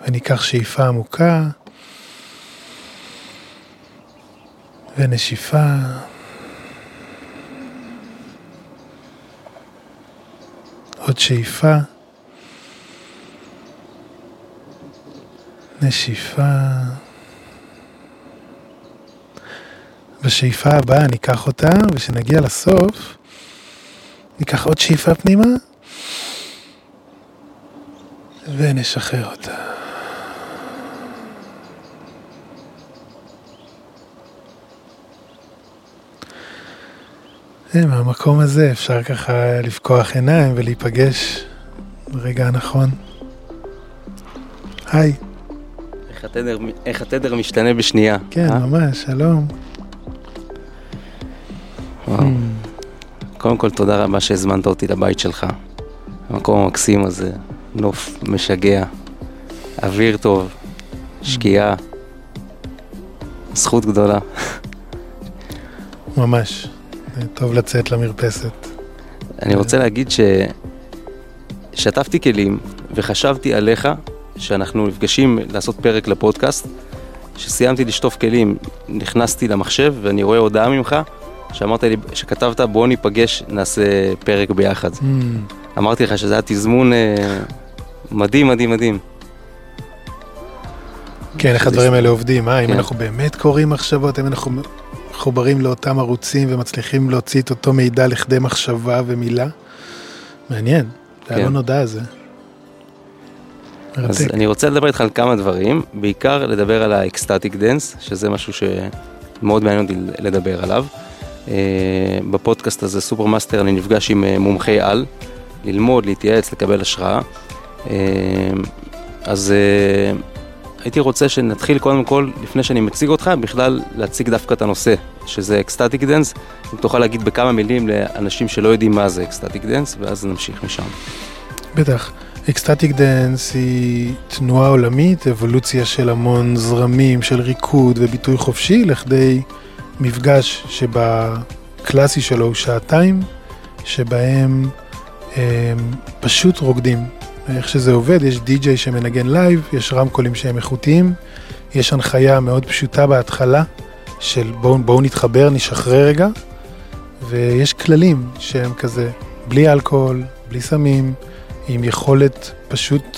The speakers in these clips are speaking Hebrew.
וניקח שאיפה עמוקה, ונשיפה. עוד שאיפה. נשיפה. בשאיפה הבאה ניקח אותה, ושנגיע לסוף, ניקח עוד שאיפה פנימה, ונשחרר אותה. מהמקום הזה אפשר ככה לפקוח עיניים ולהיפגש ברגע הנכון. היי. איך התדר משתנה בשנייה. כן, ממש, שלום. קודם כל תודה רבה שהזמנת אותי לבית שלך. המקום המקסים הזה, נוף משגע, אוויר טוב, שקיעה, זכות גדולה. ממש, טוב לצאת למרפסת. אני רוצה להגיד ששטפתי כלים וחשבתי עליך שאנחנו נפגשים לעשות פרק לפודקאסט. שסיימתי לשטוף כלים, נכנסתי למחשב ואני רואה הודעה ממך שאמרת לי, שכתבת בוא ניפגש, נעשה פרק ביחד. אמרתי לך שזה היה תזמון מדהים, מדהים, מדהים. כן, איך הדברים האלה עובדים, אם אנחנו באמת קוראים מחשבות, אם אנחנו מחוברים לאותם ערוצים ומצליחים להוציא את אותו מידע לכדי מחשבה ומילה. מעניין, זה לא נודע הזה. אז אני רוצה לדבר איתך על כמה דברים, בעיקר לדבר על האקסטטיק דנס, שזה משהו שמאוד מעניין אותי לדבר עליו. בפודקאסט הזה, סופר מאסטר, אני נפגש עם מומחי על, ללמוד, להתייעץ, לקבל השראה. אז הייתי רוצה שנתחיל קודם כל, לפני שאני מציג אותך, בכלל להציג דווקא את הנושא, שזה אקסטטיק דנס. אם תוכל להגיד בכמה מילים לאנשים שלא יודעים מה זה אקסטטיק דנס, ואז נמשיך משם. בטח. אקסטטיק דנס היא תנועה עולמית, אבולוציה של המון זרמים, של ריקוד וביטוי חופשי, לכדי מפגש שבקלאסי שלו הוא שעתיים, שבהם פשוט רוקדים. איך שזה עובד, יש די-ג'יי שמנגן לייב, יש רמקולים שהם איכותיים, יש הנחיה מאוד פשוטה בהתחלה, של בואו נתחבר, נשחרר רגע, ויש כללים שהם כזה, בלי אלכוהול, בלי סמים, עם יכולת פשוט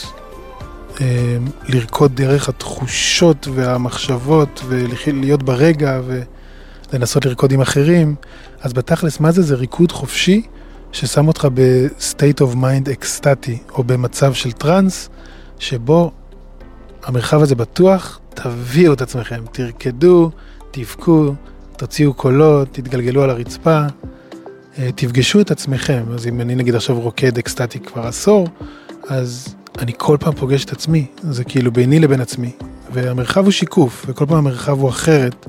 לרקוד דרך התחושות והמחשבות ולהיות ברגע ולנסות לרקוד עם אחרים. אז בתכלס מה זה? זה ריקוד חופשי ששם אותך ב-state of mind אקסטטי או במצב של טרנס שבו המרחב הזה בטוח, תביאו את עצמכם, תרקדו, תבכו, תוציאו קולות, תתגלגלו על הרצפה, תפגשו את עצמכם. אז אם אני נגיד עכשיו רוקד אקסטטי כבר עשור, אז אני כל פעם פוגש את עצמי, זה כאילו ביני לבין עצמי, והמרחב הוא שיקוף, וכל פעם המרחב הוא אחרת,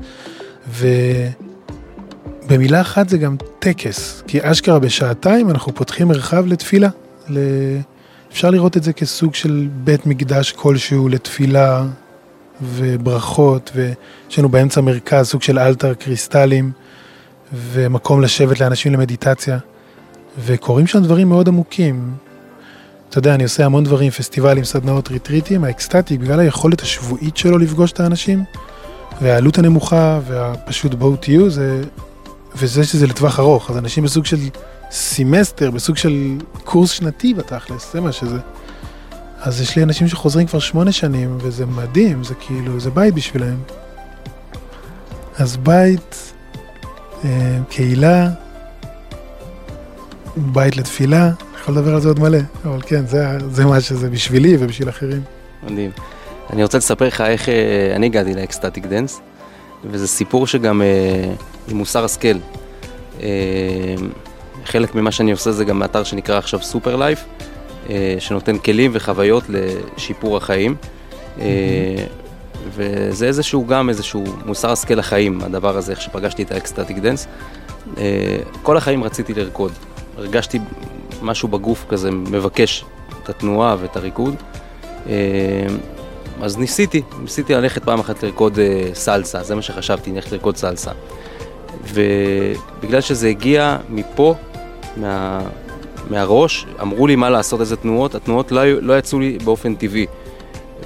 ובמילה אחת זה גם טקס, כי אשכרה בשעתיים אנחנו פותחים מרחב לתפילה, אפשר לראות את זה כסוג של בית מקדש כלשהו לתפילה וברכות, ויש לנו באמצע מרכז, סוג של אלתר קריסטלים, ומקום לשבת לאנשים למדיטציה, וקוראים שם דברים מאוד עמוקים. אתה יודע, אני עושה המון דברים, פסטיבלים, סדנאות, ריטריטים, האקסטטי, בגלל היכולת השבועית שלו לפגוש את האנשים, והעלות הנמוכה, והפשוט בואו תהיו, וזה שזה לטווח ארוך, אז אנשים בסוג של סמסטר, בסוג של קורס שנתי בתכלס, זה מה שזה. אז יש לי אנשים שחוזרים כבר 8 שנים, וזה מדהים, זה כאילו, זה בית בשבילהם. אז בית, קהילה, בית לתפילה, יכול לדבר על זה עוד מלא, אבל כן, זה מה שזה בשבילי ובשביל אחרים. מדהים. אני רוצה לספר לך איך אני הגעתי לאקסטטיק דנס, וזה סיפור שגם עם מוסר השכל. חלק ממה שאני עושה זה גם מאתר שנקרא עכשיו סופר לייף, שנותן כלים וחוויות לשיפור החיים, וזה איזשהו מוסר השכל לחיים, הדבר הזה, איך שפגשתי את האקסטטיק דנס. כל החיים רציתי לרקוד, הרגשתי משהו בגוף כזה, מבקש את התנועה ואת הריקוד, אז ניסיתי ללכת פעם אחת לרקוד סלסה, זה מה שחשבתי, נלכת לרקוד סלסה. ובגלל שזה הגיע מפה, מהראש, אמרו לי מה לעשות, איזה תנועות, התנועות לא יצאו לי באופן טבעי.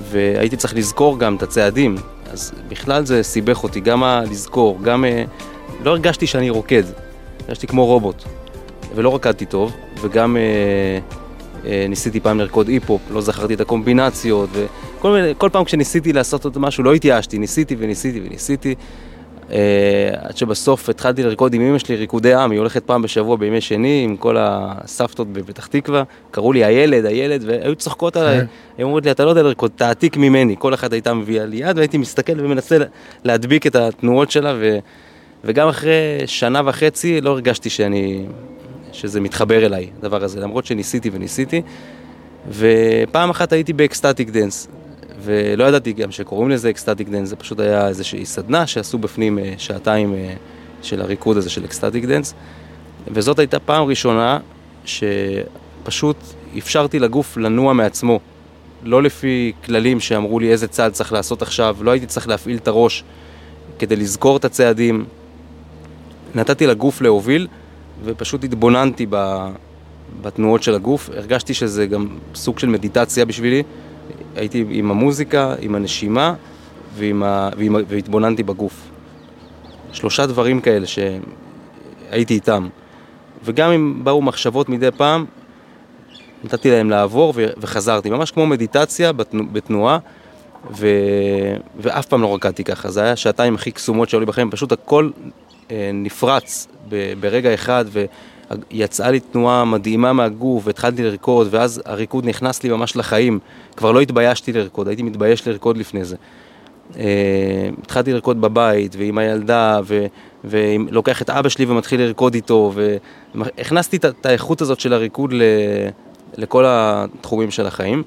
והייתי צריך לזכור גם את הצעדים, אז בכלל זה סיבך אותי, גם לזכור, גם לא הרגשתי שאני רוקד, הרגשתי כמו רובוט, ולא רקדתי טוב, וגם ניסיתי פעם לרקוד אי-פופ, לא זכרתי את הקומבינציות, וכל פעם כשניסיתי לעשות עוד משהו, לא התייאשתי, ניסיתי, עד שבסוף התחלתי לרקוד עם אמא שלי ריקודי עם, היא הולכת פעם בשבוע בימי שני, עם כל הסבתות בפתח תקווה, קראו לי הילד, והיו צוחקות עליי, הם אומרות לי, אתה לא יודע לרקוד, תעתיק ממני, כל אחד הייתה מביאה לי יד, והייתי מסתכל ומנסה להדביק את התנועות שלה, וגם אחרי שנה וחצי לא הרגשתי שזה מתחבר אליי, הדבר הזה, למרות שניסיתי, ופעם אחת הייתי באקסטטיק דנס, ולא ידעתי גם שקוראים לזה אקסטטיק דנס, זה פשוט היה איזושהי סדנה שעשו בפנים שעתיים של הריקוד הזה של אקסטטיק דנס, וזאת הייתה פעם ראשונה שפשוט אפשרתי לגוף לנוע מעצמו, לא לפי כללים שאמרו לי איזה צעד צריך לעשות עכשיו, לא הייתי צריך להפעיל את הראש כדי לזכור את הצעדים, נתתי לגוף להוביל, ופשוט התבוננתי בתנועות של הגוף, הרגשתי שזה גם סוג של מדיטציה בשבילי, הייתי עם המוזיקה, עם הנשימה, והתבוננתי בגוף. 3 דברים כאלה שהייתי איתם. וגם אם באו מחשבות מדי פעם, נתתי להם לעבור וחזרתי. ממש כמו מדיטציה בתנועה, ואף פעם לא רקדתי ככה. זה היה שעתיים הכי קסומות שהיו לי בחיים. פשוט הכל נפרץ ברגע אחד, יצאה לי תנועה מדהימה מהגוף, והתחלתי לרקוד, ואז הריקוד נכנס לי ממש לחיים. כבר לא התביישתי לרקוד, הייתי מתבייש לרקוד לפני זה. התחלתי לרקוד בבית, ועם הילדה, ולוקח את אבא שלי ומתחיל לרקוד איתו, והכנסתי את האיכות הזאת של הריקוד לכל התחומים של החיים.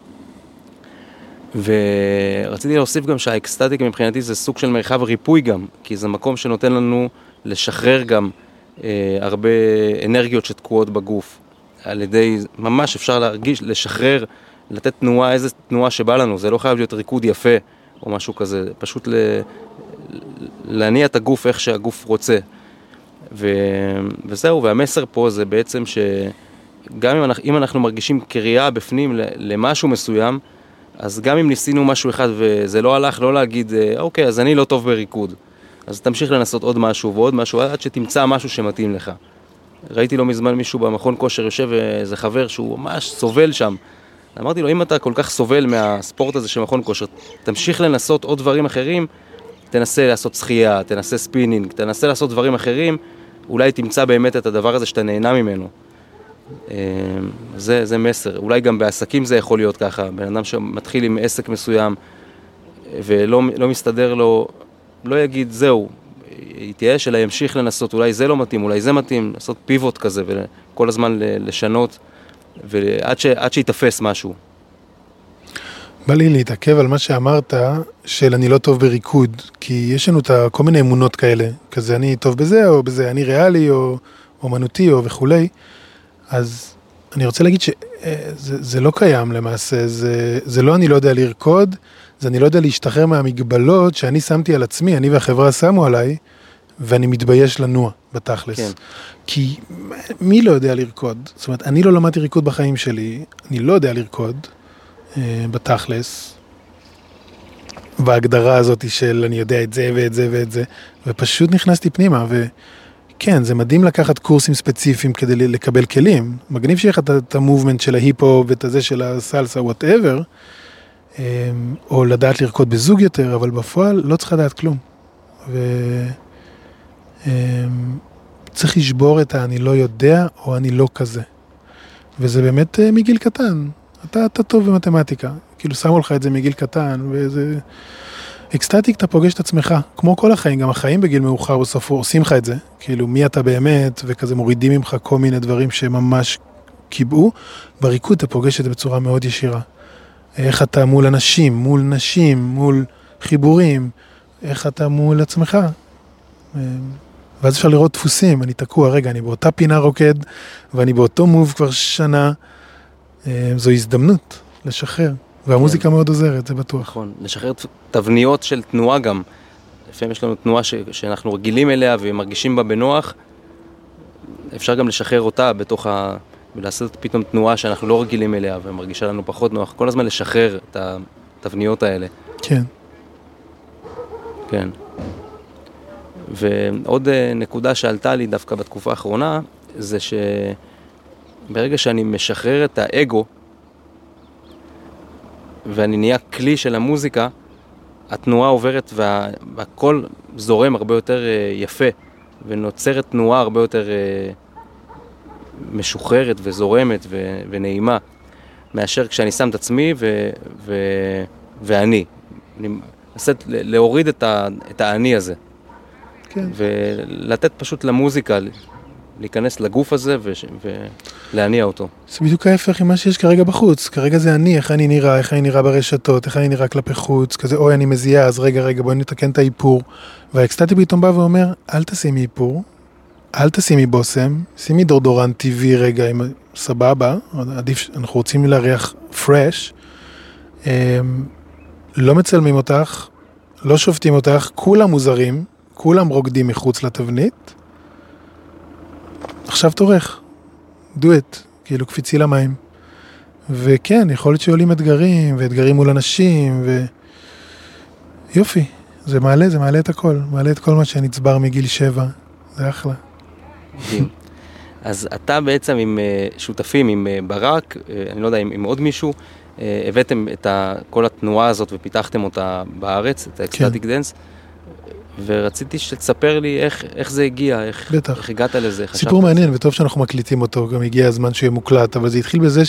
ורציתי להוסיף גם שהאקסטטיקה מבחינתי זה סוג של מרחב ריפוי גם, כי זה מקום שנותן לנו לשחרר גם הרבה אנרגיות שתקועות בגוף. על ידי, ממש אפשר להרגיש, לשחרר, לתת תנועה, איזה תנועה שבא לנו. זה לא חייב להיות ריקוד יפה או משהו כזה, פשוט להניע את הגוף איך שהגוף רוצה. וזהו, והמסר פה זה בעצם שגם אם אנחנו מרגישים קריאה בפנים למשהו מסוים, אז גם אם ניסינו משהו אחד וזה לא הלך, לא להגיד, אוקיי, אז אני לא טוב בריקוד. אז תמשיך לנסות עוד משהו ועוד משהו, עד שתמצא משהו שמתאים לך. ראיתי לא מזמן מישהו במכון כושר יושב, איזה חבר שהוא ממש סובל שם. אמרתי לו, אם אתה כל כך סובל מהספורט הזה של מכון כושר, תמשיך לנסות עוד דברים אחרים, תנסה לעשות שחייה, תנסה ספינינג, תנסה לעשות דברים אחרים, אולי תמצא באמת את הדבר הזה שאתה נהנה ממנו. זה מסר. אולי גם בעסקים זה יכול להיות ככה. בן אדם שמתחיל עם עסק מסוים ולא מסתדר לו, לא יגיד זהו, יתייאש, אלא ימשיך לנסות, אולי זה לא מתאים, אולי זה מתאים, לעשות פיבוט כזה וכל הזמן לשנות, ועד שיתפס משהו. בא לי להתעכב על מה שאמרת, של אני לא טוב בריקוד, כי יש לנו כל מיני אמונות כאלה, כזה אני טוב בזה או בזה, אני ריאלי או אומנותי או וכולי, אז אני רוצה להגיד שזה לא קיים למעשה, זה לא אני לא יודע לרקוד, זה אני לא יודע להשתחרר מהמגבלות שאני שמתי על עצמי, אני והחברה שמו עליי, ואני מתבייש לנוע בתכלס. כן. כי מי לא יודע לרקוד? זאת אומרת, אני לא למדתי ריקוד בחיים שלי, אני לא יודע לרקוד בתכלס, וההגדרה הזאת של אני יודע את זה ואת זה ואת זה, ופשוט נכנסתי פנימה, וכן, זה מדהים לקחת קורסים ספציפיים כדי לקבל כלים, מגניב שיהיה לך את המובמנט של ההיפו ואת הזה של הסלסה, whatever, או לדעת לרקוד בזוג יותר, אבל בפועל לא צריך לדעת כלום. צריך לשבור את אני לא יודע או אני לא כזה. וזה באמת מגיל קטן. אתה טוב במתמטיקה. כאילו שמו לך את זה מגיל קטן, וזה אקסטטיק, אתה פוגש את עצמך, כמו כל החיים, גם החיים בגיל מאוחר בסוף עושים לך את זה, כאילו מי אתה באמת, וכזה מורידים ממך כל מיני דברים שממש קיבעו, בריקוד אתה פוגש את זה בצורה מאוד ישירה. איך אתה מול אנשים, מול נשים, מול חיבורים, איך אתה מול עצמך. ואז אפשר לראות דפוסים, אני תקוע, רגע, אני באותה פינה רוקד, ואני באותו מוב כבר שנה, זו הזדמנות לשחרר, והמוזיקה מאוד עוזרת, זה בטוח. נכון, לשחרר תבניות של תנועה גם. לפעמים יש לנו תנועה שאנחנו רגילים אליה ומרגישים בה בנוח, אפשר גם לשחרר אותה בתוך ולעשות פתאום תנועה שאנחנו לא רגילים אליה ומרגישה לנו פחות נוח. כל הזמן לשחרר את התבניות האלה. כן. כן. ועוד נקודה שעלתה לי דווקא בתקופה האחרונה, זה שברגע שאני משחרר את האגו, ואני נהיה כלי של המוזיקה, התנועה עוברת והכל זורם הרבה יותר יפה, ונוצרת תנועה הרבה יותר משוחררת וזורמת ונעימה, מאשר כשאני שם את עצמי ואני. אני מנסה להוריד את האני הזה. כן. ולתת פשוט למוזיקה, להיכנס לגוף הזה ולהניע אותו. זה בדיוק ההפך עם מה שיש כרגע בחוץ. כרגע זה אני, איך אני נראה, איך אני נראה ברשתות, איך אני נראה כלפי חוץ, כזה, אוי, אני מזיע, אז רגע, בואי נתקן את האיפור. והאקסטטי פתאום בא ואומר, אל תשימי איפור, אל תשימי בוסם, שימי דורדורן טבעי רגע, סבבה, עדיף, אנחנו רוצים להריח פרש, לא מצלמים אותך, לא שופטים אותך, כולם מוזרים, כולם רוקדים מחוץ לתבנית, עכשיו תורך, do it, כאילו קפיצי למים. וכן, יכול להיות שעולים אתגרים, ואתגרים מול אנשים, יופי, זה מעלה את הכל, מעלה את כל מה שנצבר מגיל 7, זה אחלה. אז אתה בעצם עם שותפים, עם ברק, אני לא יודע, עם עוד מישהו, הבאתם את כל התנועה הזאת ופיתחתם אותה בארץ, את האקסטטיק דנס, ורציתי שתספר לי איך זה הגיע, איך הגעת לזה. סיפור מעניין, וטוב שאנחנו מקליטים אותו, גם הגיע הזמן שהוא יהיה מוקלט, אבל זה התחיל בזה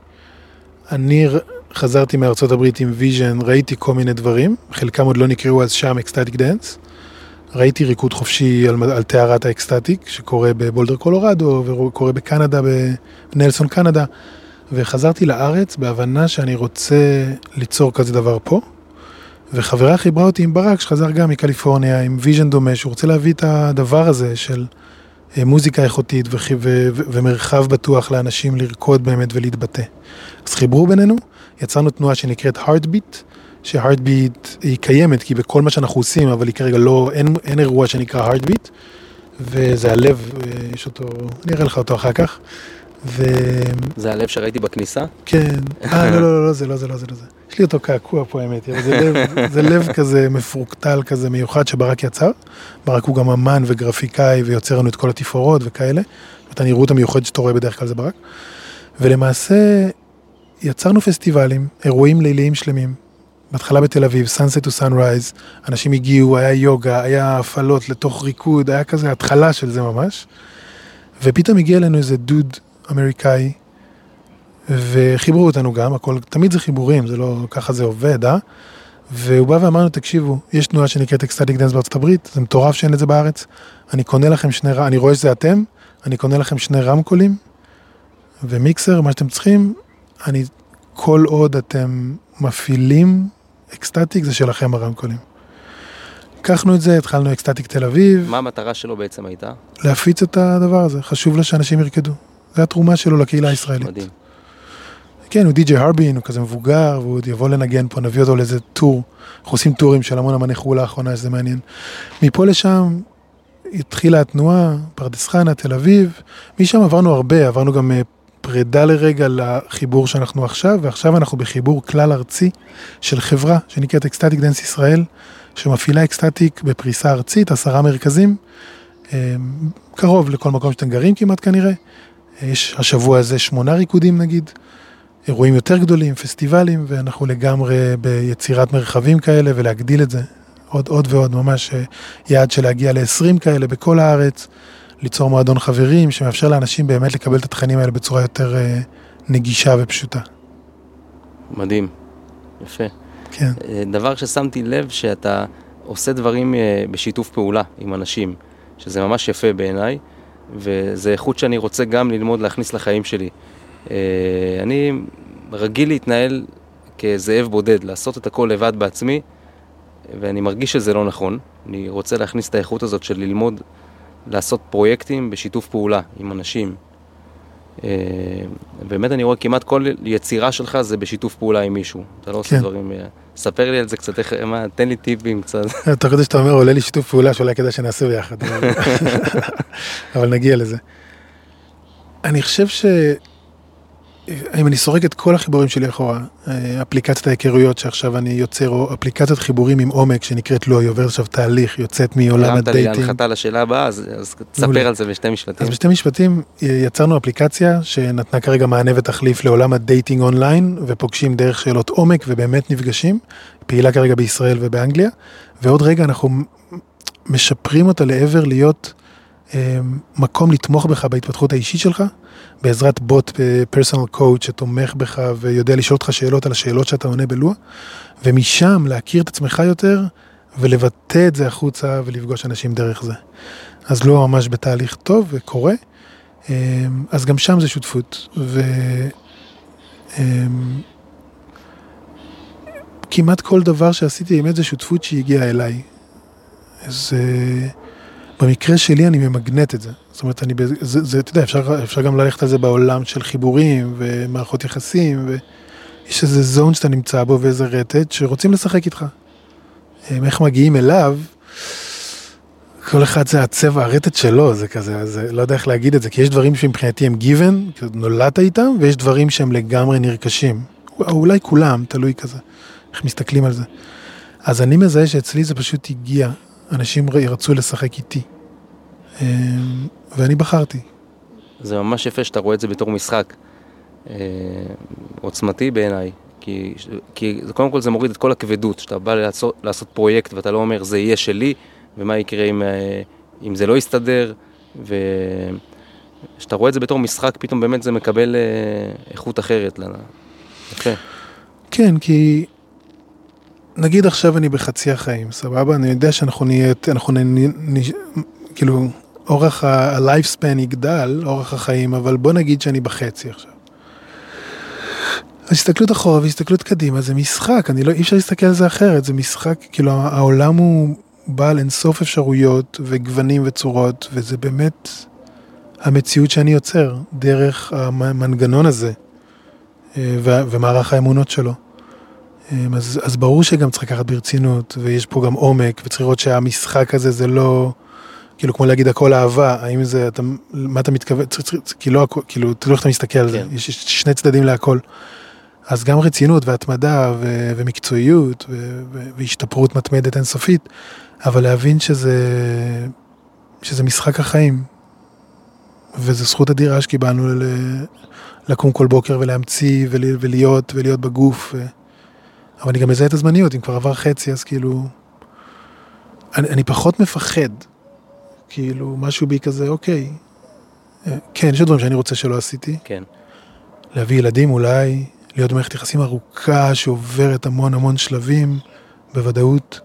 שאני חזרתי מארצות הברית עם ויז'ן, ראיתי כל מיני דברים, חלקם עוד לא נקראו אז שם אקסטטיק דנס, ראיתי ריקוד חופשי על תארת האקסטטיק, שקורה בבולדר קולורדו, וקורה בקנדה, בנלסון קנדה, וחזרתי לארץ בהבנה שאני רוצה ליצור כזה דבר פה, וחברה חיברה אותי עם ברק, שחזר גם מקליפורניה, עם ויז'ן דומה, שהוא רוצה להביא את הדבר הזה של מוזיקה איכותית ומרחב בטוח לאנשים לרקוד באמת ולהתבטא. אז חיברו בינינו, יצרנו תנועה שנקראת Heartbeat, ש-Heartbeat היא קיימת, כי בכל מה שאנחנו עושים, אבל היא כרגע לא, אין אירוע שנקרא Heartbeat, וזה הלב, יש אותו, אני אראה לך אותו אחר כך. זה הלב שראיתי בכניסה? כן, לא, זה לא. יש לי אותו קעקוע פה, האמת, זה לב כזה מפורקטל כזה מיוחד שברק יצר. ברק הוא גם אמן וגרפיקאי ויוצר לנו את כל התפאורות וכאלה. את הנראות המיוחד שאתה רואה בדרך כלל זה ברק. ולמעשה יצרנו פסטיבלים, אירועים ליליים שלמים. בהתחלה בתל אביב, Sunset to Sunrise, אנשים הגיעו, היה יוגה, היה הפעלות לתוך ריקוד, היה כזה התחלה של זה ממש. ופתאום הגיע לנו איזה דוד אמריקאי, וחיברו אותנו גם, הכל, תמיד זה חיבורים, זה לא, ככה זה עובד, והוא בא ואמרנו, תקשיבו, יש תנועה שנקראת אקסטטיק דנס בארצות הברית, זה מטורף שאין את זה בארץ, אני קונה לכם אני רואה שזה אתם, אני קונה לכם 2 רמקולים, ומיקסר, מה שאתם צריכים, כל עוד אתם מפעילים אקסטטיק, זה שלכם הרמקולים. לקחנו את זה, התחלנו אקסטטיק תל אביב. מה המטרה שלו בעצם הייתה? להפיץ את הדבר הזה, חשוב לו שאנשים ירקדו. זה התרומה שלו לקהילה הישראלית. מדהים. כן, הוא די.ג'יי הרבין, הוא כזה מבוגר, והוא יבוא לנגן פה, נביא אותו לאיזה טור. אנחנו עושים טורים של המון אמני חו"ל לאחרונה, שזה מעניין. מפה לשם התחילה התנועה, פרדס חנה, תל אביב. משם עברנו הרבה, עברנו גם פרידה לרגע לחיבור שאנחנו עכשיו, ועכשיו אנחנו בחיבור כלל ארצי של חברה שנקראת אקסטטיק דנס ישראל, שמפעילה אקסטטיק בפריסה ארצית, 10 מרכזים, קרוב לכל מקום שאתם גרים כמעט כנראה. יש השבוע הזה 8 ריקודים נגיד, אירועים יותר גדולים, פסטיבלים, ואנחנו לגמרי ביצירת מרחבים כאלה ולהגדיל את זה עוד ועוד, ממש יעד של להגיע ל-20 כאלה בכל הארץ, ליצור מועדון חברים שמאפשר לאנשים באמת לקבל את התכנים האלה בצורה יותר נגישה ופשוטה. מדהים, יפה. כן. דבר ששמתי לב שאתה עושה דברים בשיתוף פעולה עם אנשים, שזה ממש יפה בעיניי, וזה איכות שאני רוצה גם ללמוד להכניס לחיים שלי. אני רגיל להתנהל כזאב בודד, לעשות את הכל לבד בעצמי, ואני מרגיש שזה לא נכון. אני רוצה להכניס את האיכות הזאת של ללמוד לעשות פרויקטים בשיתוף פעולה עם אנשים. באמת אני רואה כמעט כל יצירה שלך זה בשיתוף פעולה עם מישהו. אתה לא עושה דברים... ספר לי על זה קצת, תן לי טיפים קצת. אתה חושב שאתה אומר, עולה לי שיתוף פעולה שאולי כדאי שנעשה ביחד. אבל נגיע לזה. אני חושב אם אני סורק את כל החיבורים שלי אחורה, אפליקציית ההיכרויות שעכשיו אני יוצר, או אפליקציית חיבורים עם עומק שנקראת לא, היא עוברת עכשיו תהליך, יוצאת מעולם הדייטינג. הרמת לי להנחתה לשאלה הבאה, אז תספר על זה בשתי משפטים. אז בשתי משפטים יצרנו אפליקציה שנתנה כרגע מענה ותחליף לעולם הדייטינג אונליין, ופוגשים דרך שאלות עומק ובאמת נפגשים, פעילה כרגע בישראל ובאנגליה, ועוד רגע אנחנו משפרים אותה לעבר להיות מקום לתמוך בך בהתפתחות האישית שלך, בעזרת בוט פרסונל קואוץ' שתומך בך ויודע לשאול אותך שאלות על השאלות שאתה עונה בלוע, ומשם להכיר את עצמך יותר ולבטא את זה החוצה ולפגוש אנשים דרך זה. אז לא ממש בתהליך טוב וקורה, אז גם שם זה שותפות. כמעט כל דבר שעשיתי, באמת זה שותפות שהגיעה אליי. אז במקרה שלי אני ממגנט את זה. זאת אומרת, אתה יודע, אפשר גם ללכת על זה בעולם של חיבורים ומערכות יחסים, ויש איזה זון שאתה נמצא בו ואיזה רטט שרוצים לשחק איתך. איך מגיעים אליו, כל אחד זה הצבע, הרטט שלו, זה כזה, לא יודע איך להגיד את זה, כי יש דברים שמבחינתי הם given, נולדת איתם, ויש דברים שהם לגמרי נרכשים. אולי כולם, תלוי כזה, איך מסתכלים על זה. אז אני מזהה שאצלי זה פשוט הגיע, אנשים רצו לשחק איתי. ואני בחרתי. זה ממש יפה שאתה רואה את זה בתור משחק עוצמתי בעיניי, כי קודם כל זה מוריד את כל הכבדות, שאתה בא לעשות פרויקט ואתה לא אומר זה יהיה שלי, ומה יקרה אם זה לא יסתדר, ושאתה רואה את זה בתור משחק, פתאום באמת זה מקבל איכות אחרת. יפה. כן, כי נגיד עכשיו אני בחצי החיים, סבבה? אני יודע שאנחנו נהיה, כאילו, אורך ה-lifespan יגדל, אורך החיים, אבל בוא נגיד שאני בחצי עכשיו. הסתכלות אחורה והסתכלות קדימה, זה משחק, אי אפשר להסתכל על זה אחרת, זה משחק, כאילו, העולם הוא בעל אינסוף אפשרויות וגוונים וצורות, וזה באמת המציאות שאני יוצר, דרך המנגנון הזה, ומערך האמונות שלו. אז ברור שגם צריך לקחת ברצינות, ויש פה גם עומק, וצריך לראות שהמשחק הזה זה לא, כאילו כמו להגיד הכל אהבה, האם זה, מה אתה מתכוון, כאילו, תלוי איך אתה מסתכל על זה, יש שני צדדים להכל. אז גם רצינות והתמדה ומקצועיות והשתפרות מתמדת אינסופית, אבל להבין שזה משחק החיים, וזו זכות אדירה שקיבלנו לקום כל בוקר ולהמציא ולהיות בגוף, אבל אני גם מזהה את הזמניות, אם כבר עבר חצי, אז כאילו, אני פחות מפחד, כאילו, משהו בי כזה, אוקיי, כן, יש דברים שאני רוצה שלא עשיתי, כן. להביא ילדים אולי, להיות במערכת יחסים ארוכה, שעוברת המון שלבים, בוודאות,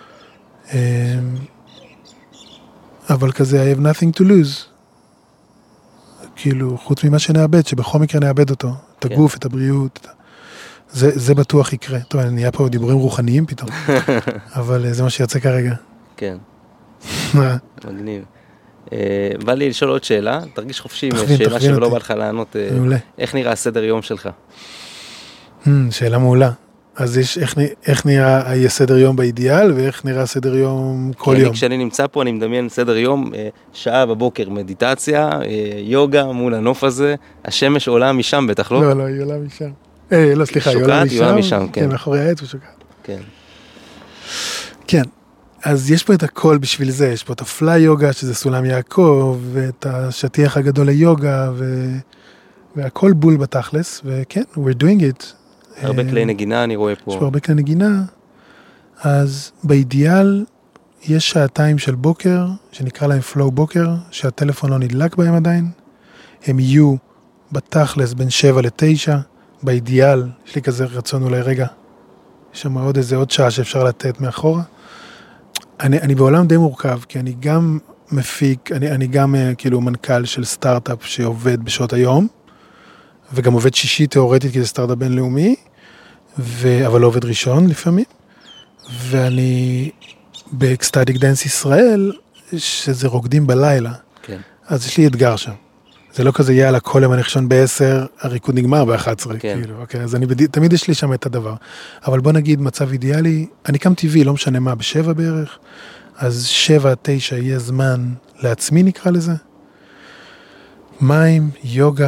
אבל כזה, I have nothing to lose, כאילו, חוץ ממה שנאבד, שבכל מקרה נאבד אותו, את הגוף, את הבריאות, זה בטוח יקרה. טוב, אני נהיה פה דיבורים רוחניים פתאום, אבל זה מה שיוצא כרגע. כן. מגניב. בא לי לשאול עוד שאלה, תרגיש חופשי עם שאלה שלא בא לך לענות. איך נראה הסדר יום שלך? שאלה מעולה. אז יש איך נראה הסדר יום באידיאל, ואיך נראה הסדר יום כל יום. כשאני נמצא פה, אני מדמיין סדר יום, שעה בבוקר מדיטציה, יוגה מול הנוף הזה, השמש עולה משם בטח, לא? לא, היא עולה משם. לא, סליחה, היא עולה משם, כן, מאחורי העץ ושוקעת. כן. כן, אז יש פה את הכל בשביל זה, יש פה את הפליי יוגה, שזה סולם יעקב, ואת השטיח הגדול ליוגה, והכל בול בתכלס, וכן, we're doing it. הרבה כלי נגינה אני רואה פה. יש פה הרבה כלי נגינה, אז באידיאל יש שעתיים של בוקר, שנקרא להם פלואו בוקר, שהטלפון לא נדלק בהם עדיין, הם יהיו בתכלס בין 7 ל-9, באידיאל, יש לי כזה רצון אולי רגע, יש שם עוד שעה שאפשר לתת מאחורה. אני בעולם די מורכב, כי אני גם מפיק, אני גם כאילו מנכ"ל של סטארט-אפ שעובד בשעות היום, וגם עובד שישי תיאורטית, כי זה סטארט-אפ בינלאומי, אבל לא עובד ראשון לפעמים, ואני באקסטטיק דנס ישראל, שזה רוקדים בלילה. כן. אז יש לי אתגר שם. זה לא כזה יאללה, כל יום אני חשון ב-10, הריקוד נגמר ב-11, כן. כאילו, אוקיי, אז תמיד יש לי שם את הדבר. אבל בוא נגיד מצב אידיאלי, אני קם טבעי, לא משנה מה, ב-7 בערך, אז 7, 9 יהיה זמן לעצמי נקרא לזה. מים, יוגה,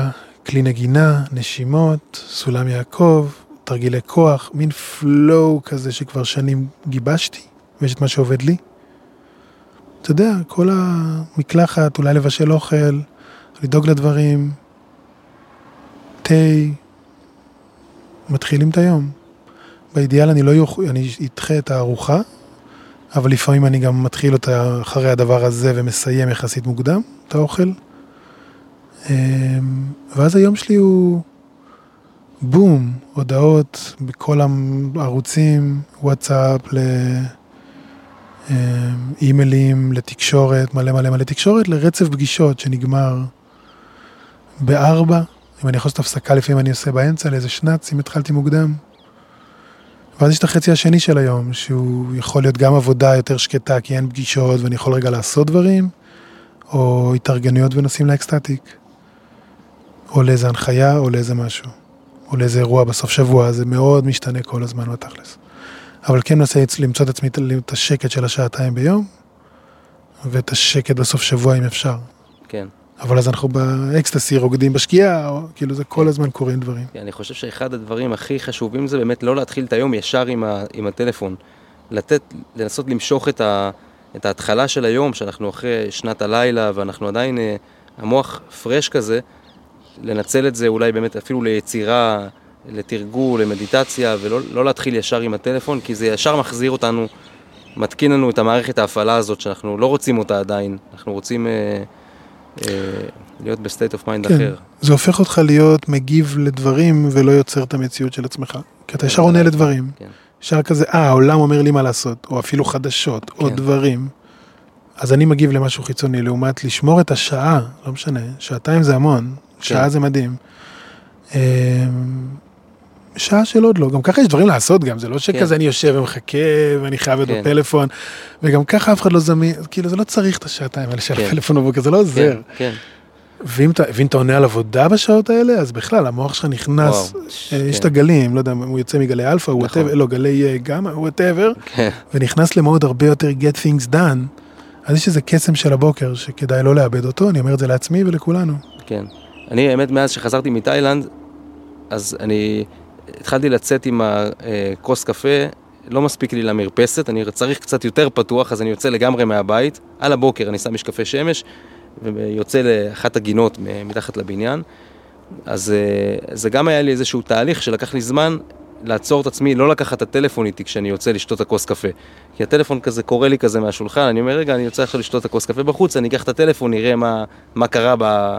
כלי נגינה, נשימות, סולם יעקב, תרגילי כוח, מין פלואו כזה שכבר שנים גיבשתי, ויש את מה שעובד לי. אתה יודע, כל המקלחת, אולי לבשל אוכל, לדאוג לדברים, תה, מתחילים את היום. באידיאל אני אדחה את הארוחה, אבל לפעמים אני גם מתחיל אותה אחרי הדבר הזה ומסיים יחסית מוקדם, את האוכל. ואז היום שלי הוא בום, הודעות בכל הערוצים, וואטסאפ, אימיילים, לתקשורת, מלא תקשורת, לרצף פגישות שנגמר ב4, אם אני יכול לעשות הפסקה לפעמים אני עושה באמצע, לאיזה שנץ, אם התחלתי מוקדם. ואז יש את החצי השני של היום, שהוא יכול להיות גם עבודה יותר שקטה, כי אין פגישות, ואני יכול רגע לעשות דברים, או התארגנויות ונושאים לאקסטטיק, או לאיזה הנחיה, או לאיזה משהו, או לאיזה אירוע בסוף שבוע, זה מאוד משתנה כל הזמן בתכלס. אבל כן ננסה למצוא את עצמי את השקט של השעתיים ביום, ואת השקט בסוף שבוע אם אפשר. כן. אבל אז אנחנו באקסטסי, רוקדים בשקיעה, או כאילו זה כל הזמן קורים דברים. אני חושב שאחד הדברים הכי חשובים זה באמת לא להתחיל את היום ישר עם הטלפון. לנסות למשוך את ההתחלה של היום, שאנחנו אחרי שנת הלילה, ואנחנו עדיין, המוח פרש כזה, לנצל את זה אולי באמת אפילו ליצירה, לתרגול, למדיטציה, ולא להתחיל ישר עם הטלפון, כי זה ישר מחזיר אותנו, מתקין לנו את המערכת ההפעלה הזאת, שאנחנו לא רוצים אותה עדיין, אנחנו רוצים להיות בסטייט אוף מיינד אחר. זה הופך אותך להיות מגיב לדברים, ולא יוצר את המציאות של עצמך, כי אתה ישר עונה לדברים. ישר כזה, העולם אומר לי מה לעשות, או אפילו חדשות, או דברים. אז אני מגיב למשהו חיצוני, לעומת לשמור את השעה, לא משנה, שעתיים זה המון, שעה זה מדהים. שעה של עוד לא, גם ככה יש דברים לעשות גם, זה לא שכזה אני יושב ומחכה, ואני חייב את בפלאפון, וגם ככה אף אחד לא זמין, כאילו זה לא צריך את השעתיים האלה של הפלאפון בבוקר, זה לא עוזר. ואם אתה עונה על עבודה בשעות האלה, אז בכלל, המוח שלך נכנס, יש את הגלים, לא יודע, הוא יוצא מגלי אלפא, לא, גלי גמא, whatever, ונכנס למוד הרבה יותר get things done, אז יש איזה קסם של הבוקר, שכדאי לא לאבד אותו, אני אומר את זה לעצמי ולכולנו. כן. אני, האמת, מאז שחזרתי מתאילנד, אז אני התחלתי לצאת עם הכוס קפה, לא מספיק לי למרפסת, אני צריך קצת יותר פתוח, אז אני יוצא לגמרי מהבית, על הבוקר אני שם משקפי שמש, ויוצא לאחת הגינות מתחת לבניין, אז זה גם היה לי איזשהו תהליך שלקח לי זמן לעצור את עצמי, לא לקחת את הטלפון איתי כשאני יוצא לשתות הכוס קפה, כי הטלפון כזה קורא לי כזה מהשולחן, אני אומר רגע, אני יוצא עכשיו לשתות את הכוס קפה בחוץ, אני אקח את הטלפון, נראה מה קרה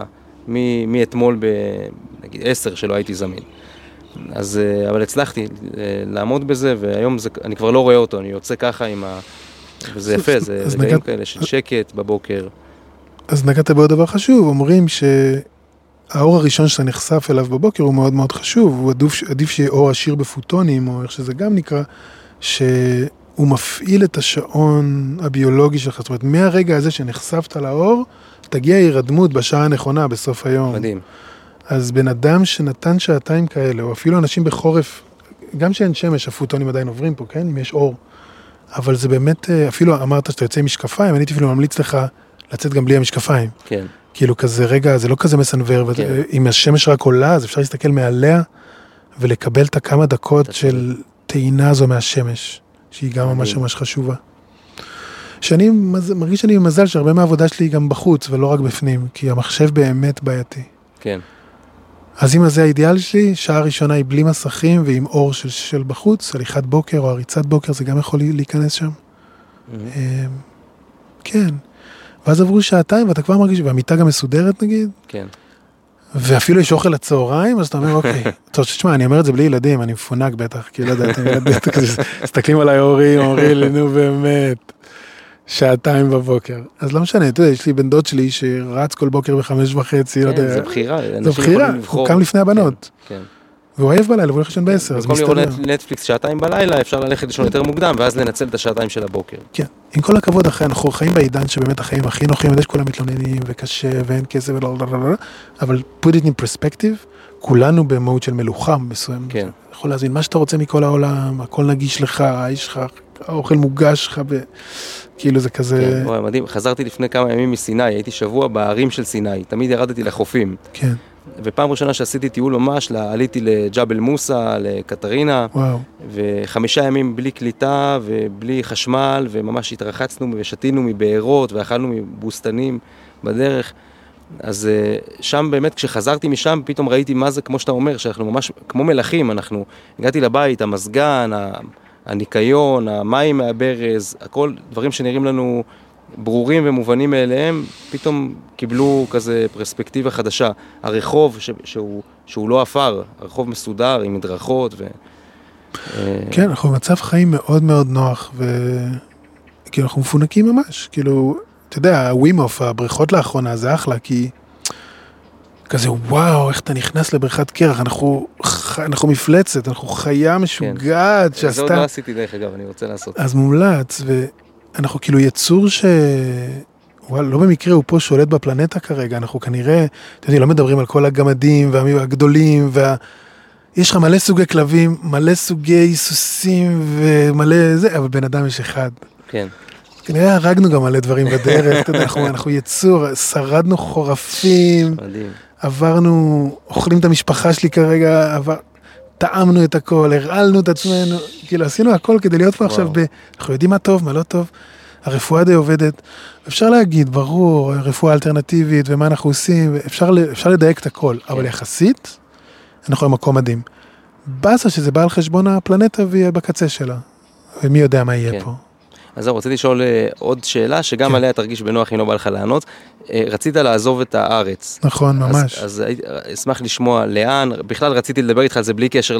מאתמול נגיד 10 שלא הייתי זמין. אז, אבל הצלחתי לעמוד בזה, והיום אני כבר לא רואה אותו, אני יוצא ככה וזה יפה, זה רגעים כאלה של שקט בבוקר. אז נגעת בעוד דבר חשוב, אומרים שהאור הראשון שאתה נחשף אליו בבוקר הוא מאוד מאוד חשוב, הוא עדיף שיהיה אור עשיר בפוטונים, או איך שזה גם נקרא, שהוא מפעיל את השעון הביולוגי שלך, זאת אומרת, מהרגע הזה שנחשפת לאור, תגיע הירדמות בשעה הנכונה בסוף היום. מדהים. אז בן אדם שנתן שעתיים כאלה, או אפילו אנשים בחורף, גם שאין שמש, הפוטונים עדיין עוברים פה, כן? אם יש אור. אבל זה באמת, אפילו אמרת שאתה יוצא עם משקפיים, אני אפילו ממליץ לך לצאת גם בלי המשקפיים. כן. כאילו כזה רגע, זה לא כזה מסנבר, כן. אם השמש רק עולה, אז אפשר להסתכל מעליה, ולקבל את הכמה דקות של טעינה הזו מהשמש, שהיא גם ממש ממש חשובה. שאני מרגיש שאני במזל שהרבה מהעבודה שלי היא גם בחוץ, ולא רק בפנים, כי המחשב באמת בעייתי. כן. אז אם זה האידיאל שלי, שעה ראשונה היא בלי מסכים, ועם אור של בחוץ, הליכת בוקר או הריצת בוקר, זה גם יכול להיכנס שם. כן. ואז עברו שעתיים, ואתה כבר מרגיש, והמיטה גם מסודרת נגיד. כן. ואפילו יש אוכל לצהריים, אז אתה אומר, אוקיי. טוב, תשמע, אני אומר את זה בלי ילדים, אני מפונק בטח, כי לא יודע, אתם ילדים, מסתכלים עליי הורים, אומרים לי, נו באמת. שעתיים בבוקר. אז לא משנה, אתה יודע, יש לי בן דוד שלי שרץ כל בוקר ב5:30, לא יודע. זה בחירה. זה בחירה, הוא קם לפני הבנות. כן. והוא אוהב בלילה, והוא הולך לישון ב10, אז מסתדר. במקום לראות נטפליקס שעתיים בלילה, אפשר ללכת לישון יותר מוקדם, ואז לנצל את השעתיים של הבוקר. כן. עם כל הכבוד אחרי, אנחנו חיים בעידן שבאמת החיים הכי נוחים, יש כולם מתלוננים וקשה ואין כסף אבל put it in perspective, כולנו במהות של מלוכה מסוים. כן. יכול להזין מה שאתה רוצה מכל העולם, הכל נגיש לך, יש לך, האוכל מוגש לך, כאילו זה כזה... כן, מדהים. חזרתי לפני כמה ימים מסיני, הייתי שבוע בערים של סיני, תמיד ירדתי לחופים. כן. ופעם ראשונה שעשיתי טיול ממש, עליתי לג'בל מוסא, לקטרינה, וואו. ו5 ימים בלי קליטה ובלי חשמל, וממש התרחצנו ושתינו מבארות, ואכלנו מבוסתנים בדרך. אז שם באמת, כשחזרתי משם, פתאום ראיתי מה זה, כמו שאתה אומר, שאנחנו ממש כמו מלכים, הגעתי לבית, המזגן, הניקיון, המים מהברז, הכל דברים שנראים לנו ברורים ומובנים מאליהם, פתאום קיבלו כזה פרספקטיבה חדשה. הרחוב שהוא לא אפר, הרחוב מסודר עם מדרכות כן, אנחנו במצב חיים מאוד מאוד נוח, וכאילו אנחנו מפונקים ממש, כאילו, אתה יודע, הווימוף, הבריכות לאחרונה, זה אחלה, כי כזה, וואו, איך אתה נכנס לבריכת קרח, אנחנו מפלצת, אנחנו חיה משוגעת, שעשתה... זה עוד לא עשיתי דרך אגב, אני רוצה לעשות. אז מומלץ, ואנחנו כאילו יצור וואלה, לא במקרה הוא פה שולט בפלנטה כרגע, אנחנו כנראה, אתה יודע, לא מדברים על כל הגמדים והגדולים, יש לך מלא סוגי כלבים, מלא סוגי סוסים ומלא זה, אבל בן אדם יש אחד. כן. כנראה הרגנו גם מלא דברים בדרך, אתה יודע, אנחנו יצור, שרדנו חורפים, מדהים. עברנו, אוכלים את המשפחה שלי כרגע, טעמנו את הכל, הרעלנו את עצמנו, כאילו עשינו הכל כדי להיות פה עכשיו, אנחנו יודעים מה טוב, מה לא טוב, הרפואה די עובדת, אפשר להגיד, ברור, רפואה אלטרנטיבית ומה אנחנו עושים, אפשר לדייק את הכל, אבל יחסית, אנחנו במקום מדהים. בסה שזה בא על חשבון הפלנטה והיא בקצה שלה, ומי יודע מה יהיה פה. אז אני רוצה לשאול עוד שאלה, שגם עליה תרגיש בנוח אם לא בא לך לענות. רצית לעזוב את הארץ. נכון, ממש. אז אשמח לשמוע לאן, בכלל רציתי לדבר איתך על זה בלי קשר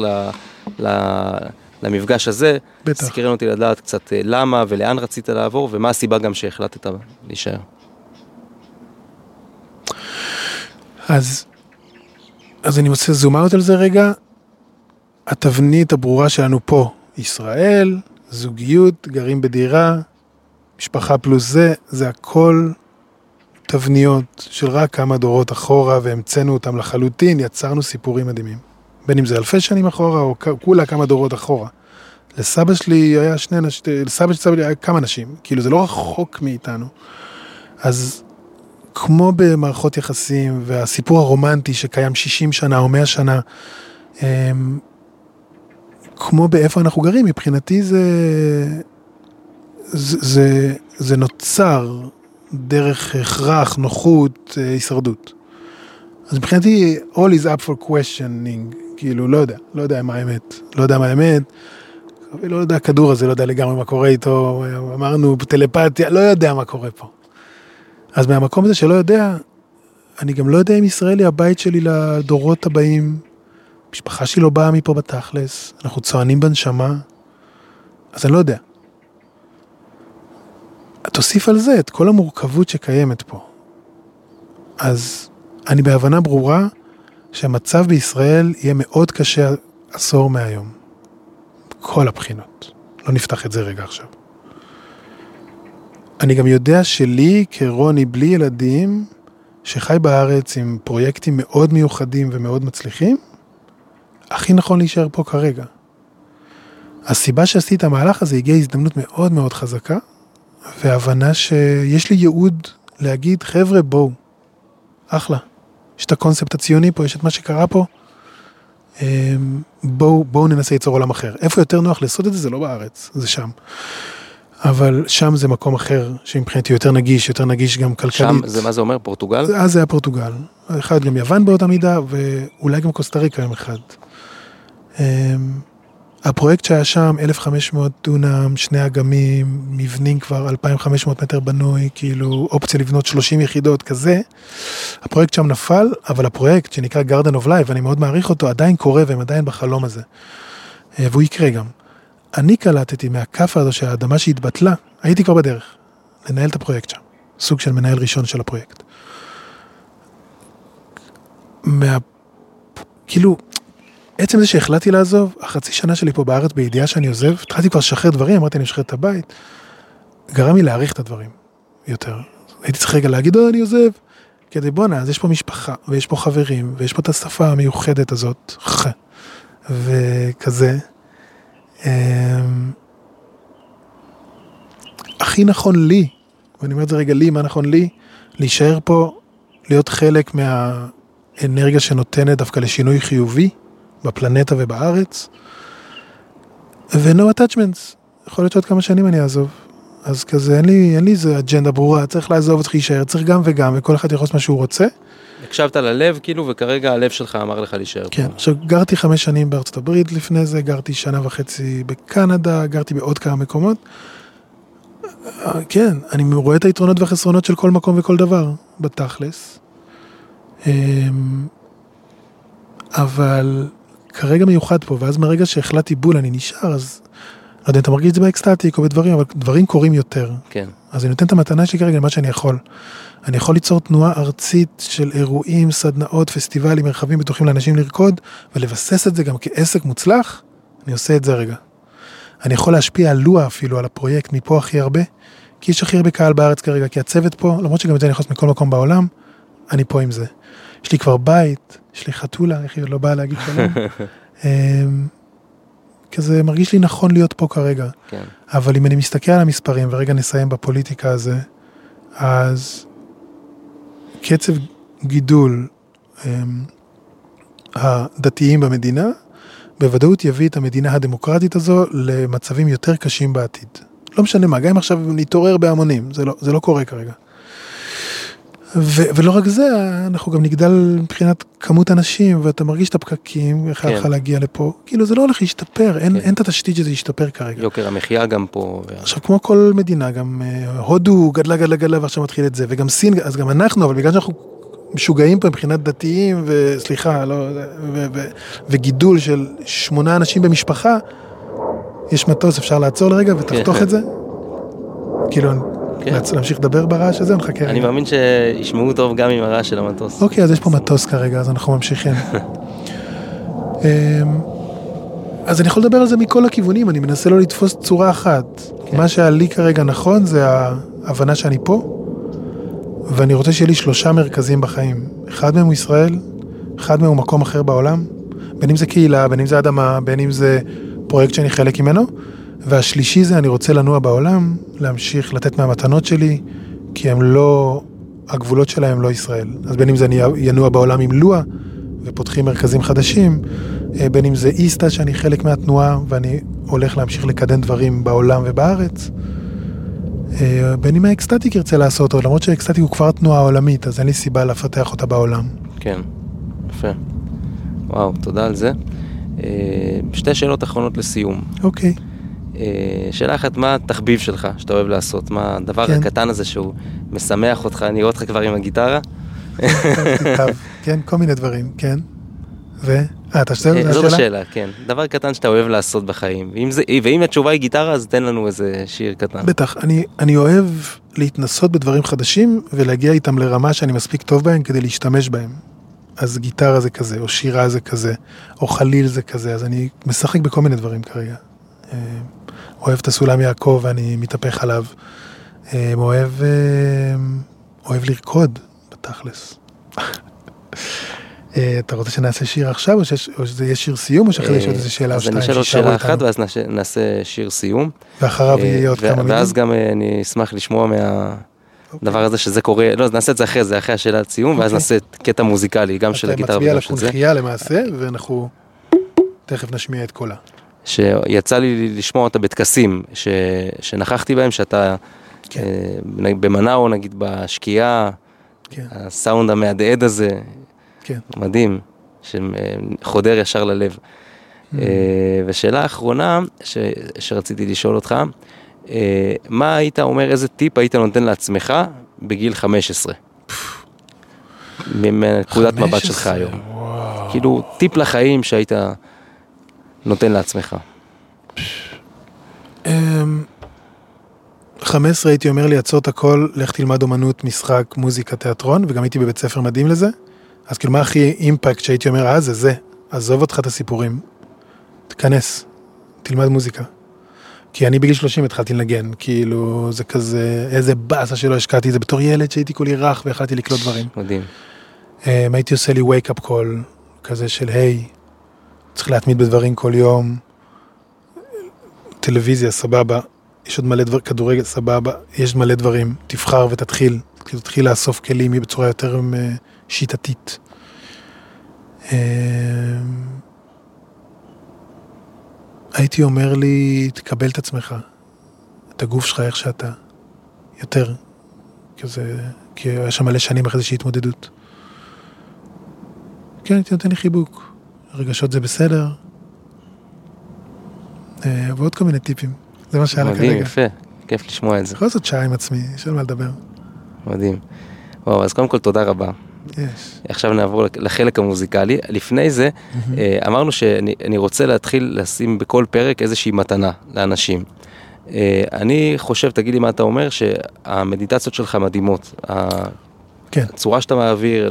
למפגש הזה. בטח. סקרן אותי לדעת קצת למה ולאן רצית לעבור, ומה הסיבה גם שהחלטת להישאר. אז אני רוצה זום אאוט על זה רגע. התבנית הברורה שלנו פה, ישראל, זוגיות, גרים בדירה, משפחה פלוס זה הכל תבניות של רק כמה דורות אחורה, והמצאנו אותם לחלוטין, יצרנו סיפורים מדהימים. בין אם זה אלפי שנים אחורה, או כולה כמה דורות אחורה. לסבא שלי היה לסבא שלי היה כמה נשים, כאילו זה לא רחוק מאיתנו. אז כמו במערכות יחסים, והסיפור הרומנטי שקיים 60 שנה או 100 שנה, כמו באיפה אנחנו גרים, מבחינתי זה נוצר דרך הכרח, נוחות, הישרדות. אז מבחינתי, all is up for questioning, כאילו, לא יודע מה האמת, לא יודע הכדור הזה, לא יודע לגמרי מה קורה איתו, אמרנו טלפתיה, לא יודע מה קורה פה. אז מהמקום הזה שלא יודע, אני גם לא יודע אם ישראל היא הבית שלי לדורות הבאים, משפחה שלי לא באה מפה בתכלס, אנחנו צוענים בנשמה, אז אני לא יודע. תוסיף על זה את כל המורכבות שקיימת פה. אז אני בהבנה ברורה שהמצב בישראל יהיה מאוד קשה עשור מהיום. כל הבחינות. לא נפתח את זה רגע עכשיו. אני גם יודע שלי כרוני בלי ילדים, שחי בארץ עם פרויקטים מאוד מיוחדים ומאוד מצליחים, הכי נכון להישאר פה כרגע. הסיבה שעשיתי את המהלך הזה הגיעה הזדמנות מאוד מאוד חזקה, והבנה שיש לי ייעוד להגיד, חבר'ה בואו, אחלה, יש את הקונספט הציוני פה, יש את מה שקרה פה, בואו ננסה ליצור עולם אחר. איפה יותר נוח לעשות את זה? זה לא בארץ, זה שם. אבל שם זה מקום אחר, שמבחינתי יותר נגיש גם כלכלית. שם זה מה זה אומר? פורטוגל? אז זה היה פורטוגל. אחד גם יוון באותה מידה, ואולי גם קוסטה ריקה יום אחד. הפרויקט שהיה שם, 1,500 דונם, 2 אגמים, מבנים כבר 2,500 מטר בנוי, כאילו אופציה לבנות 30 יחידות כזה. הפרויקט שם נפל, אבל הפרויקט שנקרא Garden of Life, ואני מאוד מעריך אותו, עדיין קורה והם עדיין בחלום הזה. והוא יקרה גם. אני קלטתי מהקפה הזו שהאדמה שהתבטלה, הייתי כבר בדרך, לנהל את הפרויקט שם. סוג של מנהל ראשון של הפרויקט. כאילו, עצם זה שהחלטתי לעזוב, החצי שנה שלי פה בארץ בידיעה שאני עוזב, התחלתי כבר לשחרר דברים, אמרתי אני משחרר את הבית, גרם לי להעריך את הדברים יותר. הייתי צריך רגע להגיד, אני עוזב, כדי בונה, אז יש פה משפחה, ויש פה חברים, ויש פה את השפה המיוחדת הזאת, וכזה. הכי נכון לי, ואני אומר את זה רגע לי, מה נכון לי, להישאר פה, להיות חלק אנרגיה שנותנת דווקא לשינוי חיובי בפלנטה ובארץ, ו-no attachments. יכול להיות שעוד כמה שנים אני אעזוב. אז כזה, אין לי איזו אג'נדה ברורה, צריך לעזוב, צריך להישאר, צריך גם וגם, וכל אחד יכול לעשות מה שהוא רוצה. הקשבת ללב, כאילו, וכרגע הלב שלך אמר לך להישאר. כן, עכשיו, גרתי 5 שנים בארצות הברית לפני זה, גרתי 1.5 שנה בקנדה, גרתי בעוד כמה מקומות. כן, אני רואה את היתרונות והחסרונות של כל מקום וכל דבר, בתכלס. אבל כרגע מיוחד פה, ואז מהרגע שהחלטתי בול, אני נשאר, אז לא יודע, אתה מרגיש את זה באקסטטיק או בדברים, אבל דברים קורים יותר. כן. אז אני נותן את המתנה שלי כרגע למה שאני יכול. אני יכול ליצור תנועה ארצית של אירועים, סדנאות, פסטיבלים, מרחבים בטוחים לאנשים לרקוד, ולבסס את זה גם כעסק מוצלח, אני עושה את זה רגע. אני יכול להשפיע על לוע אפילו, על הפרויקט, מפה הכי הרבה, כי יש הכי הרבה קהל בארץ כרגע, כי הצוות פה, למרות שגם את זה אני יכול לעשות מכל מקום בעולם, אני פה עם זה. יש לי כבר בית, יש לי חתולה, איך היא לא באה להגיד שלום. כזה מרגיש לי נכון להיות פה כרגע. כן. אבל אם אני מסתכל על המספרים, ורגע נסיים בפוליטיקה הזה, אז קצב גידול הדתיים במדינה, בוודאות יביא את המדינה הדמוקרטית הזו למצבים יותר קשים בעתיד. לא משנה מה, גם אם עכשיו נתעורר בהמונים, זה לא קורה כרגע. ולא רק זה, אנחנו גם נגדל מבחינת כמות אנשים, ואתה מרגיש את הפקקים, איך היה לך להגיע לפה. כאילו זה לא הולך להשתפר, אין את התשתית שזה ישתפר כרגע. יוקר המחיה גם פה. עכשיו כמו כל מדינה, גם הודו גדלה, ועכשיו מתחיל את זה, וגם סין, אז גם אנחנו, אבל בגלל שאנחנו משוגעים פה מבחינת דתיים, וסליחה, וגידול של 8 אנשים במשפחה, יש מטוס, אפשר לעצור לרגע ותחתוך את זה. כאילו, להמשיך לדבר ברעש הזה, נחכה. אני מאמין שישמעו טוב גם עם הרעש של המטוס. אוקיי, אז יש פה מטוס כרגע, אז אנחנו ממשיכים. אז אני יכול לדבר על זה מכל הכיוונים, אני מנסה לא לתפוס צורה אחת. מה שהיה לי כרגע נכון, זה ההבנה שאני פה, ואני רוצה שיהיה לי 3 מרכזים בחיים. אחד מהם הוא ישראל, אחד מהם הוא מקום אחר בעולם, בין אם זה קהילה, בין אם זה אדמה, בין אם זה פרויקט שאני חלק ממנו, והשלישי זה אני רוצה לנוע בעולם, להמשיך לתת מהמתנות שלי, כי הם לא, הגבולות שלהם לא ישראל. אז בין אם זה אני ינוע בעולם עם לוע, ופותחים מרכזים חדשים, בין אם זה איסטה שאני חלק מהתנועה, ואני הולך להמשיך לקדם דברים בעולם ובארץ, בין אם האקסטטיק ירצה לעשות אותו, למרות שהאקסטטיק הוא כבר תנועה עולמית, אז אין לי סיבה לפתח אותה בעולם. כן, יפה. וואו, תודה על זה. 2 שאלות אחרונות לסיום. אוקיי. שאלה אחת, מה התחביב שלך שאתה אוהב לעשות? מה הדבר הקטן הזה שהוא משמח אותך? אני רואה אותך כבר עם הגיטרה. כן, כל מיני דברים, כן. אתה שואל? זאת השאלה, כן. דבר קטן שאתה אוהב לעשות בחיים. ואם התשובה היא גיטרה, אז תן לנו איזה שיר קטן. בטח, אני אוהב להתנסות בדברים חדשים, ולהגיע איתם לרמה שאני מספיק טוב בהם כדי להשתמש בהם. אז גיטרה זה כזה, או שירה זה כזה, או חליל זה כזה, אז אני משחק בכל מיני דברים כרגע. אוהב את הסולם יעקב ואני מתהפך עליו. אוהב לרקוד, בתכלס. אתה רוצה שנעשה שיר עכשיו, או שזה יהיה שיר סיום, או שאחרי יש עוד איזה שאלה או 2? אז אני אשאל עוד שאלה אחת, ואז נעשה שיר סיום. ואחריו יהיה עוד כמה מילים. ואז גם אני אשמח לשמוע מהדבר הזה שזה קורה, לא, אז נעשה את זה אחרי השאלה סיום, ואז נעשה קטע מוזיקלי, גם של הגיטרה וגם של זה. אתה מצביע לקונחייה למעשה, ואנחנו תכף נשמיע את קולה. שיצא לי לשמוע אותה בטקסים שנכחתי בהם, שאתה במנאו, נגיד בשקיעה, הסאונד המהדהד הזה, מדהים, שחודר ישר ללב. ושאלה האחרונה שרציתי לשאול אותך, מה היית אומר, איזה טיפ היית נותן לעצמך בגיל 15? מנקודת מבט שלך היום. כאילו, טיפ לחיים שהיית נותן לעצמך. 15 הייתי אומר לי, עצור את הכל, לך תלמד אומנות, משחק, מוזיקה, תיאטרון, וגם הייתי בבית ספר מדהים לזה. אז כאילו מה הכי אימפקט שהייתי אומר, זה, עזוב אותך את הסיפורים. תכנס, תלמד מוזיקה. כי אני בגיל 30 התחלתי לנגן, כאילו זה כזה, איזה באסה שלא השקעתי, זה בתור ילד שהייתי כולי רך והחלטתי לקלוט דברים. מדהים. הייתי עושה לי wake up call, כזה של היי, צריך להתמיד בדברים כל יום, טלוויזיה, סבבה, יש עוד מלא דבר, כדורגל, סבבה, יש מלא דברים, תבחר ותתחיל, תתחיל לאסוף כלים בצורה יותר שיטתית. הייתי אומר לי, תקבל את עצמך, את הגוף שלך איך שאתה, יותר, כזה, כי היה שם מלא שנים אחרי איזושהי התמודדות. כן, הייתי נותן לי חיבוק, הרגשות זה בסדר, ועוד כל מיני טיפים, זה מה שהיה לה כרגע. מדהים, יפה, כיף לשמוע את זה. יכול לעשות שעה עם עצמי, יש על מה לדבר. מדהים. וואו, אז קודם כל תודה רבה. יש. עכשיו נעבור לחלק המוזיקלי. לפני זה, אמרנו שאני רוצה להתחיל לשים בכל פרק איזושהי מתנה לאנשים. אני חושב, תגיד לי מה אתה אומר, שהמדיטציות שלך מדהימות. כן. הצורה שאתה מעביר,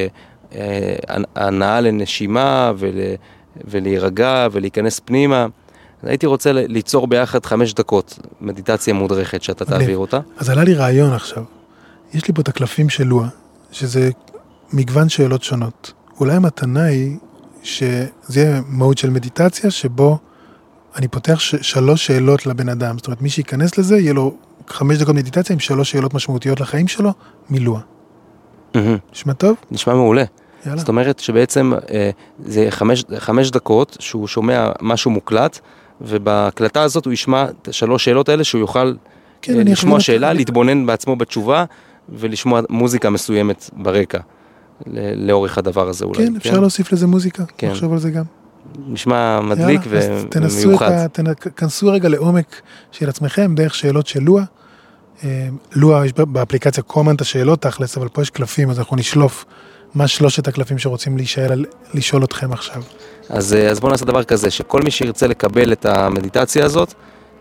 הנאה לנשימה ולהירגע ולהיכנס פנימה. הייתי רוצה ליצור ביחד 5 דקות מדיטציה מודרכת שאתה תעביר אותה. אז עלה לי רעיון עכשיו. יש לי פה את הקלפים של לואה, שזה מגוון שאלות שונות. אולי המתנה היא שזה יהיה מהות של מדיטציה, שבו אני פותח 3 שאלות לבן אדם. זאת אומרת, מי שיכנס לזה, יהיה לו 5 דקות מדיטציה עם 3 שאלות משמעותיות לחיים שלו, מלואה. נשמע טוב? נשמע מעולה. יאללה. זאת אומרת שבעצם זה 5 דקות שהוא שומע משהו מוקלט, ובהקלטה הזאת הוא ישמע את 3 שאלות האלה שהוא יוכל לשמוע שאלה, להתבונן בעצמו בתשובה, ולשמוע מוזיקה מסוימת ברקע, לאורך הדבר הזה אולי. כן, אפשר להוסיף לזה מוזיקה, לחשוב על זה גם. נשמע מדליק ומיוחד. תנסו רגע לעומק של עצמכם, דרך שאלות של לואה. לואה, יש באפליקציה קומן את השאלות תכלס, אבל פה יש קלפים, אז אנחנו נשלוף מה 3 הקלפים שרוצים לשאול אתכם עכשיו. אז בואו נעשה דבר כזה, שכל מי שירצה לקבל את המדיטציה הזאת,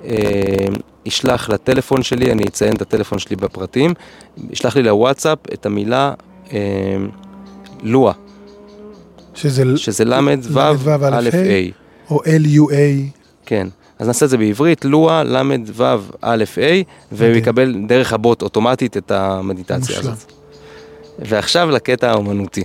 ישלח לטלפון שלי, אני אציין את הטלפון שלי בפרטים, ישלח לי לוואטסאפ את המילה לואה, שזה למד וו א' A. או L-U-A. כן, אז נעשה את זה בעברית, לואה, למד וו א' A, והוא יקבל דרך הבוט אוטומטית את המדיטציה הזאת. ועכשיו לקטע האומנותי.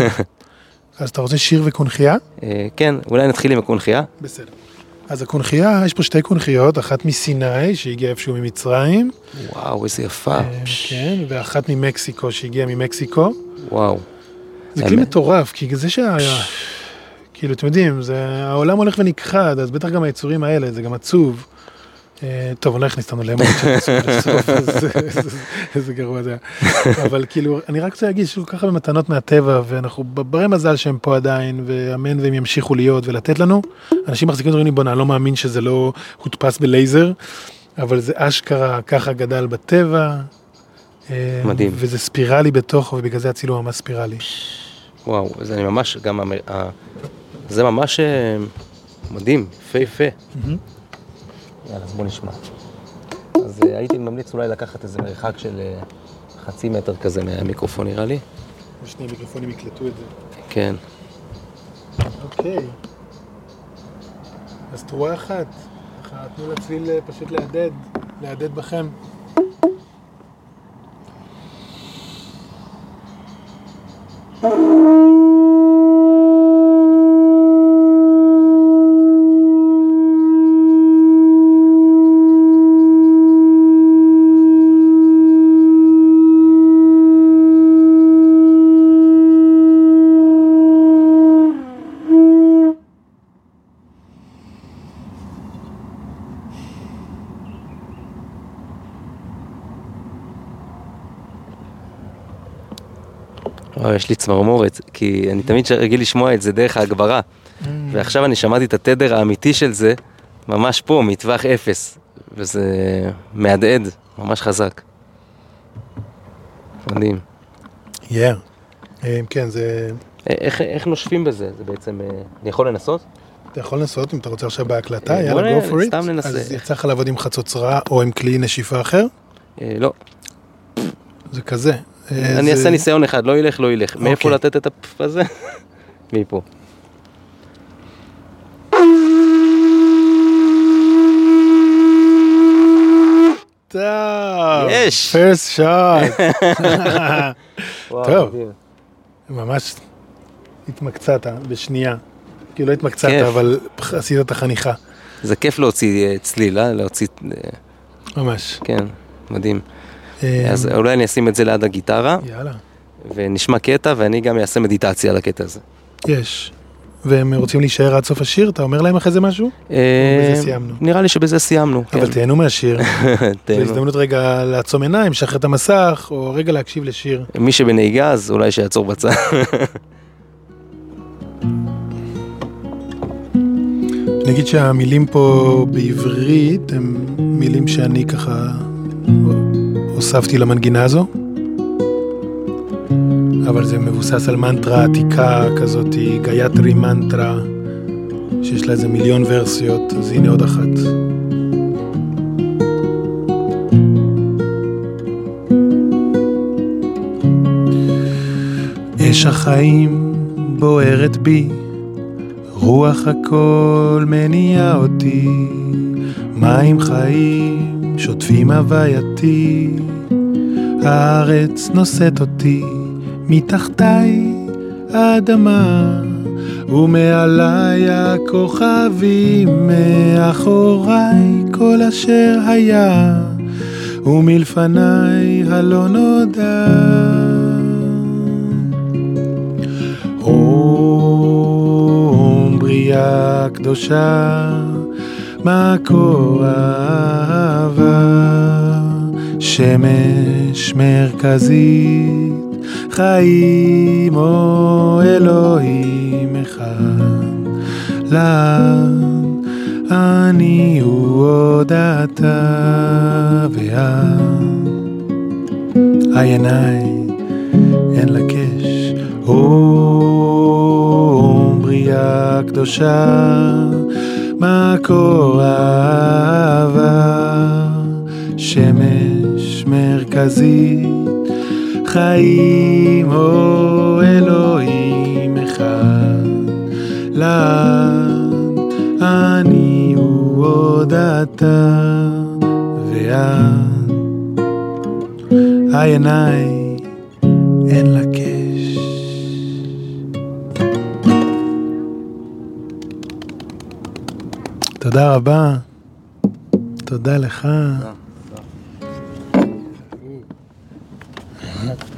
אז אתה רוצה שיר וקונחייה? כן, אולי נתחיל עם הקונחייה. בסדר. אז הקונחייה, יש פה 2 קונחיות, אחת מסיני, שהגיעה איפשהו ממצרים. וואו, איזה יפה. כן, ואחת ממקסיקו, שהגיעה ממקסיקו. וואו. זה כלי מטורף, כי זה כאילו, אתם יודעים, העולם הולך ונכחד, אז בטח גם היצורים האלה, זה גם עצוב. טוב, אני לא הכניס אותנו לאמות בסוף, איזה גרוע זה היה. אבל כאילו, אני רק רוצה להגיד, יש לו ככה במתנות מהטבע, ואנחנו ברי מזל שהם פה עדיין, ואמן והם ימשיכו להיות ולתת לנו. אנשים מחזיקים דברים, בוא, אני לא מאמין שזה לא הודפס בלייזר, אבל זה אשכרה ככה גדל בטבע. מדהים. וזה ספירלי בתוך, ובגלל זה הצילום ממש ספירלי. וואו, זה אני ממש, גם, זה ממש מדהים, יפה. יאללה, אז בוא נשמע. אז הייתי ממליץ אולי לקחת איזה מרחק של 0.5 מטר כזה מהמיקרופון, נראה לי. ושני מיקרופונים יקלטו את זה. כן. אוקיי. אז תרועה אחת. תנו לצליל פשוט להדד בכם. יש לי צמרמורת, כי אני תמיד רגיל לשמוע את זה דרך ההגברה, ועכשיו אני שמעתי את התדר האמיתי של זה, ממש פה, מטווח 0, וזה מהדהד, ממש חזק. מדהים. כן, זה... איך נושפים בזה? זה בעצם... אני יכול לנסות? אתה יכול לנסות, אם אתה רוצה עכשיו בהקלטה, יאללה, go for it. סתם ננסה. אז יצא לך לעבוד עם חצוצרה או עם כלי נשיפה אחר? לא. זה כזה. אני אעשה ניסיון אחד, לא ילך. מאיפה לתת את הפף הזה? מפה. טוב. יש! first shot. טוב. ממש התמקצת בשנייה. כאילו לא התמקצת, אבל עשית את החניכה. זה כיף להוציא צליל, להוציא... ממש. כן, מדהים. אז אולי אני אשים את זה ליד הגיטרה. יאללה. ונשמע קטע, ואני גם אעשה מדיטציה על הקטע הזה. יש. והם רוצים להישאר עד סוף השיר? אתה אומר להם אחרי זה משהו? או בזה סיימנו? נראה לי שבזה סיימנו. אבל תהנו מהשיר. זו הזדמנות רגע לעצום עיניים, שחרר את המסך, או רגע להקשיב לשיר. מי שבנהיגה, אז אולי שיעצור בצד. נגיד שהמילים פה בעברית הם מילים שאני ככה הוספתי למנגינה הזו, אבל זה מבוסס על מנטרה עתיקה כזאת, גייטרי מנטרה, שיש לה איזה מיליון ורסיות, אז הנה עוד אחת. אש החיים בוערת בי, רוח הכל מניע אותי, מים חיים שוטפים הווייתי, הארץ נושאת אותי, מתחתיי האדמה, ומעליי הכוכבים, מאחוריי כל אשר היה, ומלפניי הלא נודע. בריאה קדושה, מקור אהבה, שמש מרכזית, חיים או אלוהים אחד, אני הוא עוד אתה ואת, עיניי אין לקש, בריאה קדושה, מקור אהבה, שמש מרכזית, חיים או אלוהים אחד, אני הוא עוד אתה ואת, עיניי אין לקש. תודה רבה. תודה לך.